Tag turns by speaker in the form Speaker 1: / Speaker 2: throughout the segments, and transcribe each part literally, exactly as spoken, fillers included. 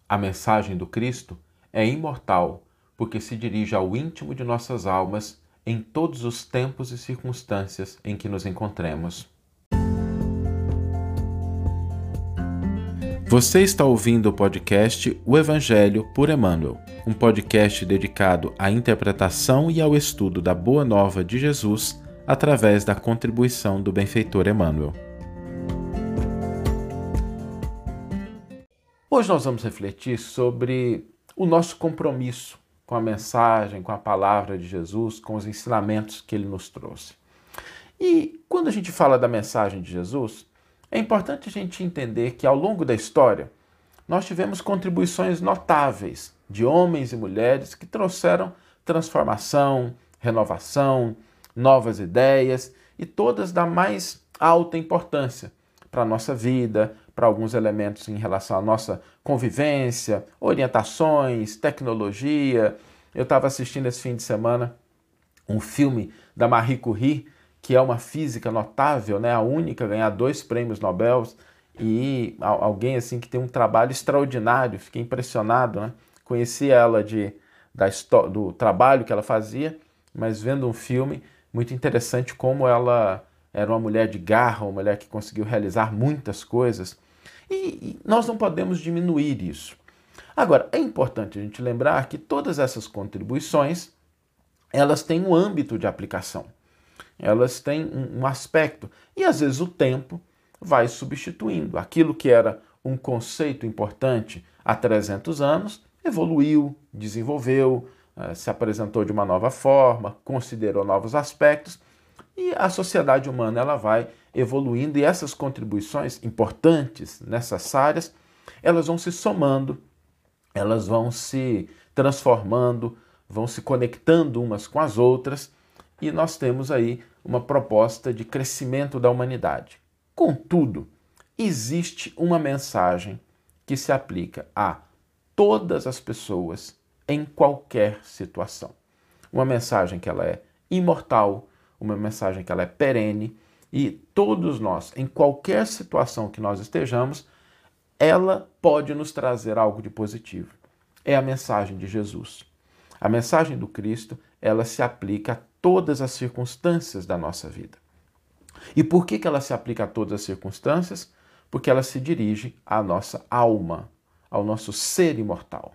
Speaker 1: A mensagem do Cristo é imortal, porque se dirige ao íntimo de nossas almas em todos os tempos e circunstâncias em que nos encontremos. Você está ouvindo o podcast O Evangelho por Emmanuel, um podcast dedicado à interpretação e ao estudo da Boa Nova de Jesus através da contribuição do benfeitor Emmanuel. Hoje nós vamos refletir sobre o nosso compromisso com a mensagem, com a palavra de Jesus, com os ensinamentos que ele nos trouxe. E quando a gente fala da mensagem de Jesus, é importante a gente entender que ao longo da história nós tivemos contribuições notáveis de homens e mulheres que trouxeram transformação, renovação, novas ideias e todas da mais alta importância para a nossa vida, para alguns elementos em relação à nossa convivência, orientações, tecnologia. Eu estava assistindo esse fim de semana um filme da Marie Curie, que é uma física notável, né? A única a ganhar dois prêmios Nobel, e alguém assim que tem um trabalho extraordinário. Fiquei impressionado, né? Conheci ela de, da, do trabalho que ela fazia, mas vendo um filme muito interessante como ela era uma mulher de garra, uma mulher que conseguiu realizar muitas coisas. E, e nós não podemos diminuir isso. Agora, é importante a gente lembrar que todas essas contribuições, elas têm um âmbito de aplicação. Elas têm um, um aspecto. E às vezes o tempo vai substituindo. Aquilo que era um conceito importante há trezentos anos, evoluiu, desenvolveu, se apresentou de uma nova forma, considerou novos aspectos. E a sociedade humana ela vai evoluindo e essas contribuições importantes, necessárias, elas vão se somando, elas vão se transformando, vão se conectando umas com as outras e nós temos aí uma proposta de crescimento da humanidade. Contudo, existe uma mensagem que se aplica a todas as pessoas em qualquer situação. Uma mensagem que ela é imortal, uma mensagem que ela é perene e todos nós, em qualquer situação que nós estejamos, ela pode nos trazer algo de positivo. É a mensagem de Jesus. A mensagem do Cristo, ela se aplica a todas as circunstâncias da nossa vida. E por que que ela se aplica a todas as circunstâncias? Porque ela se dirige à nossa alma, ao nosso ser imortal.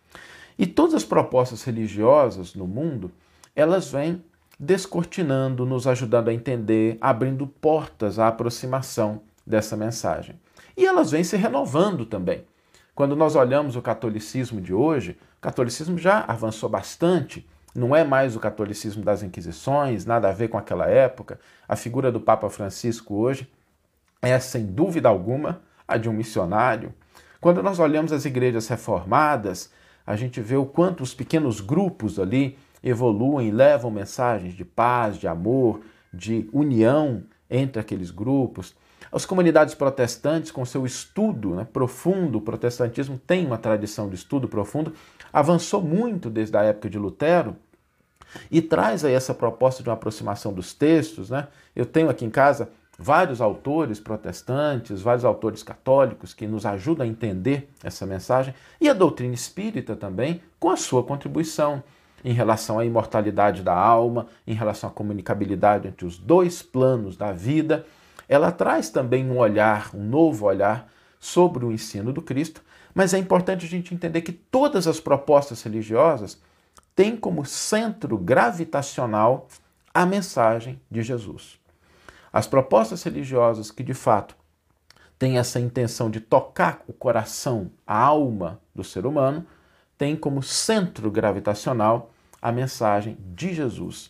Speaker 1: E todas as propostas religiosas no mundo, elas vêm descortinando, nos ajudando a entender, abrindo portas à aproximação dessa mensagem. E elas vêm se renovando também. Quando nós olhamos o catolicismo de hoje, o catolicismo já avançou bastante, não é mais o catolicismo das Inquisições, nada a ver com aquela época. A figura do Papa Francisco hoje é, sem dúvida alguma, a de um missionário. Quando nós olhamos as igrejas reformadas, a gente vê o quanto os pequenos grupos ali evoluem, levam mensagens de paz, de amor, de união entre aqueles grupos. As comunidades protestantes, com seu estudo né, profundo, o protestantismo tem uma tradição de estudo profundo, avançou muito desde a época de Lutero e traz aí essa proposta de uma aproximação dos textos. Né? Eu tenho aqui em casa vários autores protestantes, vários autores católicos que nos ajudam a entender essa mensagem e a doutrina espírita também, com a sua contribuição em relação à imortalidade da alma, em relação à comunicabilidade entre os dois planos da vida. Ela traz também um olhar, um novo olhar sobre o ensino do Cristo, mas é importante a gente entender que todas as propostas religiosas têm como centro gravitacional a mensagem de Jesus. As propostas religiosas que, de fato, têm essa intenção de tocar o coração, a alma do ser humano, têm como centro gravitacional a mensagem de Jesus.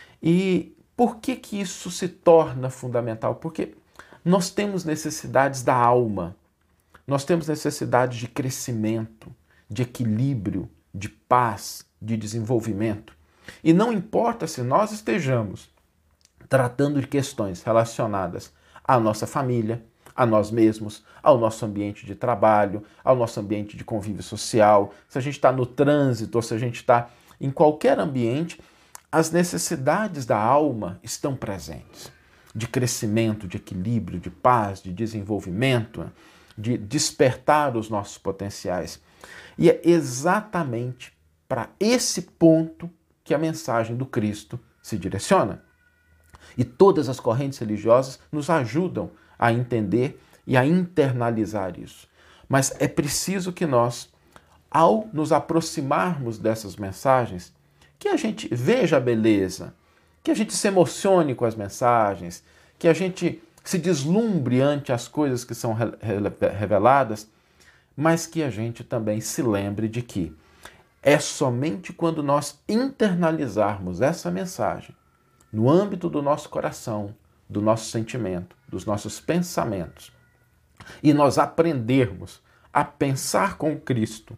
Speaker 1: E por que que isso se torna fundamental? Porque nós temos necessidades da alma, nós temos necessidades de crescimento, de equilíbrio, de paz, de desenvolvimento. E não importa se nós estejamos tratando de questões relacionadas à nossa família, a nós mesmos, ao nosso ambiente de trabalho, ao nosso ambiente de convívio social, se a gente está no trânsito ou se a gente está em qualquer ambiente, as necessidades da alma estão presentes, de crescimento, de equilíbrio, de paz, de desenvolvimento, de despertar os nossos potenciais. E é exatamente para esse ponto que a mensagem do Cristo se direciona. E todas as correntes religiosas nos ajudam a entender e a internalizar isso. Mas é preciso que nós, ao nos aproximarmos dessas mensagens, que a gente veja a beleza, que a gente se emocione com as mensagens, que a gente se deslumbre ante as coisas que são reveladas, mas que a gente também se lembre de que é somente quando nós internalizarmos essa mensagem no âmbito do nosso coração, do nosso sentimento, dos nossos pensamentos, e nós aprendermos a pensar com Cristo,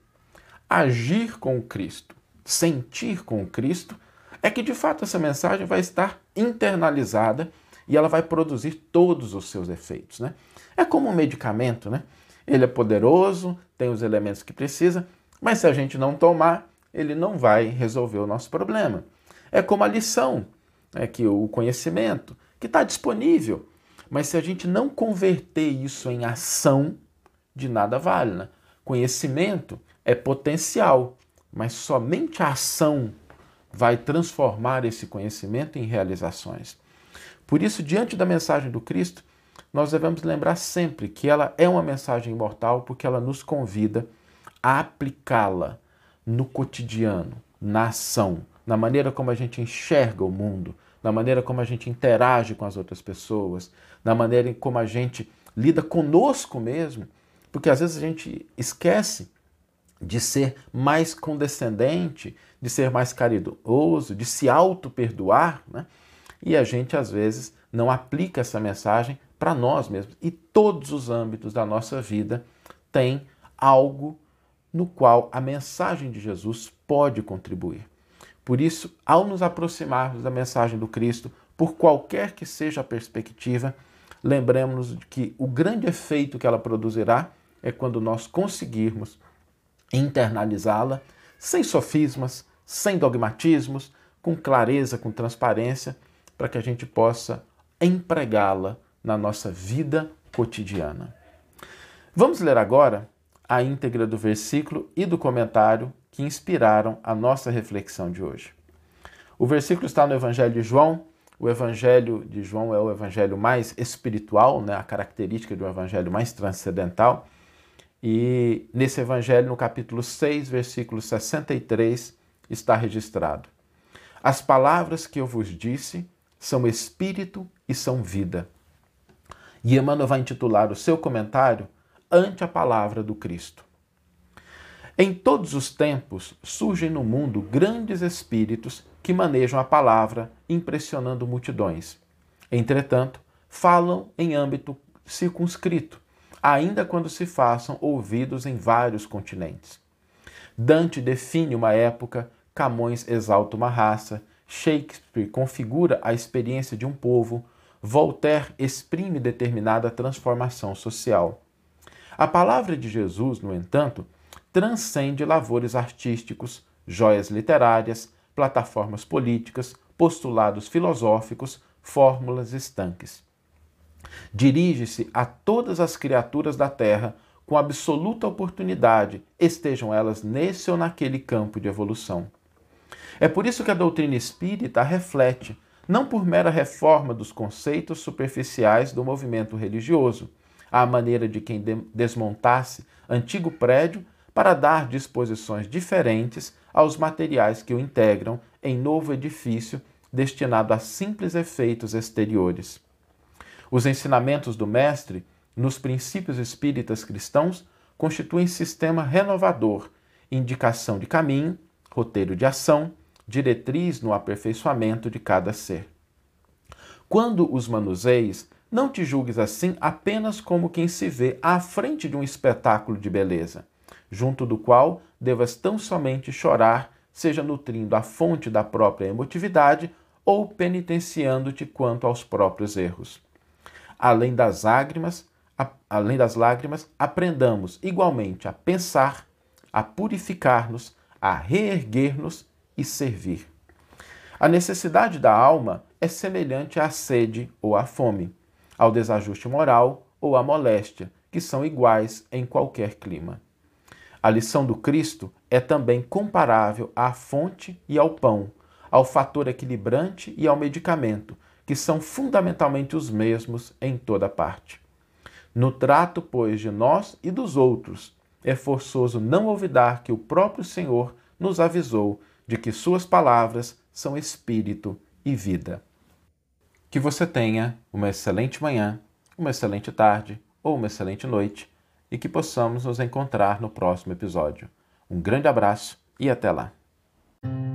Speaker 1: agir com Cristo, sentir com Cristo, é que de fato essa mensagem vai estar internalizada e ela vai produzir todos os seus efeitos, né? É como um medicamento, né? Ele é poderoso, tem os elementos que precisa, mas se a gente não tomar, ele não vai resolver o nosso problema. É como a lição, é que o conhecimento, que está disponível, mas se a gente não converter isso em ação, de nada vale, né? Conhecimento é potencial, mas somente a ação vai transformar esse conhecimento em realizações. Por isso, diante da mensagem do Cristo, nós devemos lembrar sempre que ela é uma mensagem imortal porque ela nos convida a aplicá-la no cotidiano, na ação, na maneira como a gente enxerga o mundo, na maneira como a gente interage com as outras pessoas, na maneira como a gente lida conosco mesmo, porque às vezes a gente esquece de ser mais condescendente, de ser mais caridoso, de se auto-perdoar, né? E a gente às vezes não aplica essa mensagem para nós mesmos. E todos os âmbitos da nossa vida têm algo no qual a mensagem de Jesus pode contribuir. Por isso, ao nos aproximarmos da mensagem do Cristo, por qualquer que seja a perspectiva, lembremos-nos de que o grande efeito que ela produzirá é quando nós conseguirmos internalizá-la sem sofismas, sem dogmatismos, com clareza, com transparência, para que a gente possa empregá-la na nossa vida cotidiana. Vamos ler agora a íntegra do versículo e do comentário que inspiraram a nossa reflexão de hoje. O versículo está no Evangelho de João. O Evangelho de João é o evangelho mais espiritual, né? A característica de um evangelho mais transcendental. E nesse evangelho, no capítulo seis, versículo sessenta e três, está registrado: as palavras que eu vos disse são espírito e são vida. E Emmanuel vai intitular o seu comentário Ante a Palavra do Cristo. Em todos os tempos surgem no mundo grandes espíritos que manejam a palavra, impressionando multidões. Entretanto, falam em âmbito circunscrito, ainda quando se façam ouvidos em vários continentes. Dante define uma época, Camões exalta uma raça, Shakespeare configura a experiência de um povo, Voltaire exprime determinada transformação social. A palavra de Jesus, no entanto, transcende lavores artísticos, joias literárias, plataformas políticas, postulados filosóficos, fórmulas estanques. Dirige-se a todas as criaturas da Terra com absoluta oportunidade, estejam elas nesse ou naquele campo de evolução. É por isso que a doutrina espírita reflete, não por mera reforma dos conceitos superficiais do movimento religioso, à maneira de quem desmontasse antigo prédio para dar disposições diferentes aos materiais que o integram em novo edifício destinado a simples efeitos exteriores. Os ensinamentos do Mestre, nos princípios espíritas cristãos, constituem sistema renovador, indicação de caminho, roteiro de ação, diretriz no aperfeiçoamento de cada ser. Quando os manuseies, não te julgues assim apenas como quem se vê à frente de um espetáculo de beleza, junto do qual devas tão somente chorar, seja nutrindo a fonte da própria emotividade ou penitenciando-te quanto aos próprios erros. Além das lágrimas, a, além das lágrimas, aprendamos igualmente a pensar, a purificar-nos, a reerguer-nos e servir. A necessidade da alma é semelhante à sede ou à fome, ao desajuste moral ou à moléstia, que são iguais em qualquer clima. A lição do Cristo é também comparável à fonte e ao pão, ao fator equilibrante e ao medicamento, que são fundamentalmente os mesmos em toda parte. No trato, pois, de nós e dos outros, é forçoso não olvidar que o próprio Senhor nos avisou de que suas palavras são espírito e vida. Que você tenha uma excelente manhã, uma excelente tarde ou uma excelente noite e que possamos nos encontrar no próximo episódio. Um grande abraço e até lá!